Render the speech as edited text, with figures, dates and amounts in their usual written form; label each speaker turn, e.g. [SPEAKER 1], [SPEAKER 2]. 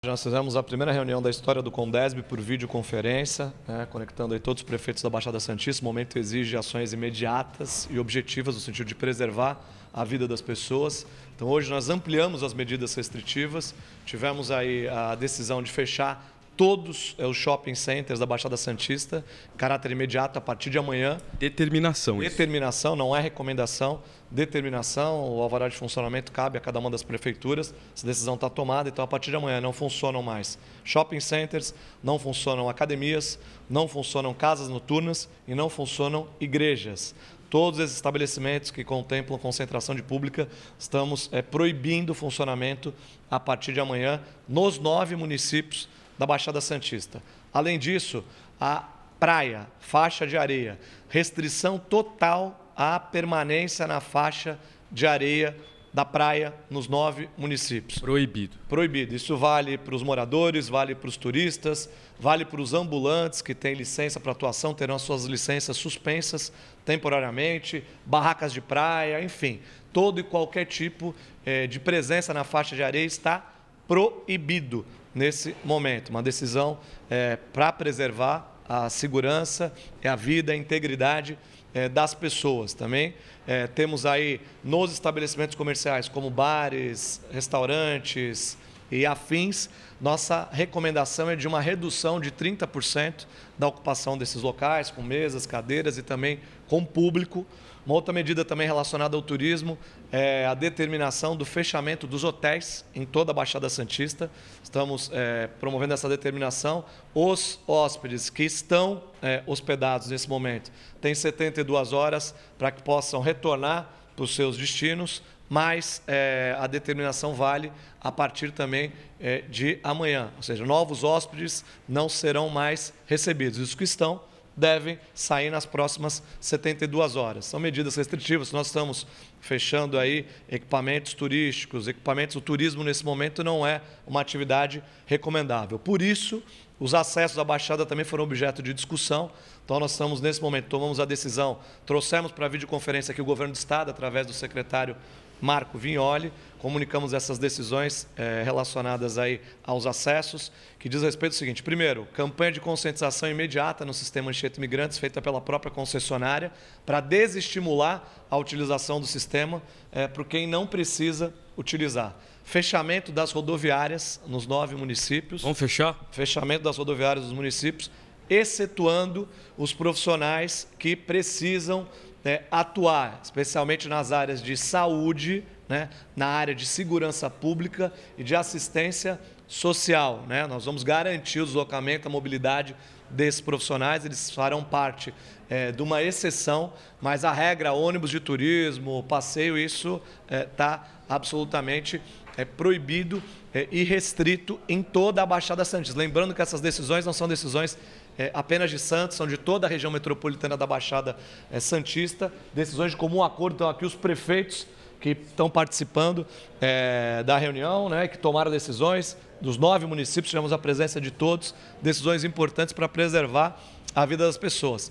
[SPEAKER 1] Nós fizemos a primeira reunião da história do Condesb por videoconferência, conectando aí todos os prefeitos da Baixada Santista. O momento exige ações imediatas e objetivas no sentido de preservar a vida das pessoas. Então hoje nós ampliamos as medidas restritivas, tivemos aí a decisão de fechar todos os shopping centers da Baixada Santista, caráter imediato a partir de amanhã.
[SPEAKER 2] Determinação.
[SPEAKER 1] Determinação, não é recomendação. Determinação, o alvará de funcionamento cabe a cada uma das prefeituras. Essa decisão está tomada, então a partir de amanhã não funcionam mais shopping centers, não funcionam academias, não funcionam casas noturnas e não funcionam igrejas. Todos esses estabelecimentos que contemplam concentração de pública, estamos proibindo o funcionamento a partir de amanhã nos 9 municípios da Baixada Santista. Além disso, a praia, faixa de areia, restrição total à permanência na faixa de areia da praia nos 9 municípios.
[SPEAKER 2] Proibido.
[SPEAKER 1] Proibido. Isso vale para os moradores, vale para os turistas, vale para os ambulantes que têm licença para atuação, terão suas licenças suspensas temporariamente, barracas de praia, enfim. Todo e qualquer tipo de presença na faixa de areia está proibido nesse momento. Uma decisão para preservar a segurança, a vida, a integridade das pessoas. Também temos aí nos estabelecimentos comerciais, como bares, restaurantes e afins, nossa recomendação é de uma redução de 30% da ocupação desses locais, com mesas, cadeiras e também com público. Uma outra medida também relacionada ao turismo é a determinação do fechamento dos hotéis em toda a Baixada Santista. Estamos promovendo essa determinação. Os hóspedes que estão hospedados nesse momento têm 72 horas para que possam retornar para os seus destinos, mas a determinação vale a partir também de amanhã. Ou seja, novos hóspedes não serão mais recebidos. Os que estão devem sair nas próximas 72 horas. São medidas restritivas. Nós estamos fechando aí equipamentos turísticos, equipamentos. O turismo nesse momento não é uma atividade recomendável. Por isso, os acessos à Baixada também foram objeto de discussão. Então, nós estamos, nesse momento, tomamos a decisão, trouxemos para a videoconferência aqui o Governo do Estado, através do secretário Marco Vignoli, comunicamos essas decisões relacionadas aí aos acessos, que diz respeito ao seguinte: primeiro, campanha de conscientização imediata no sistema Anchieta Imigrantes, feita pela própria concessionária, para desestimular a utilização do sistema para quem não precisa utilizar. Fechamento das rodoviárias nos 9 municípios.
[SPEAKER 2] Vamos fechar?
[SPEAKER 1] Fechamento das rodoviárias dos municípios, excetuando os profissionais que precisam atuar, especialmente nas áreas de saúde, na área de segurança pública e de assistência social. Nós vamos garantir o deslocamento, a mobilidade desses profissionais, eles farão parte de uma exceção, mas a regra, ônibus de turismo, passeio, isso está absolutamente proibido e restrito em toda a Baixada Santista. Lembrando que essas decisões não são decisões apenas de Santos, são de toda a região metropolitana da Baixada Santista, decisões de comum acordo. Então, aqui os prefeitos que estão participando da reunião, que tomaram decisões dos 9 municípios, tivemos a presença de todos, decisões importantes para preservar a vida das pessoas.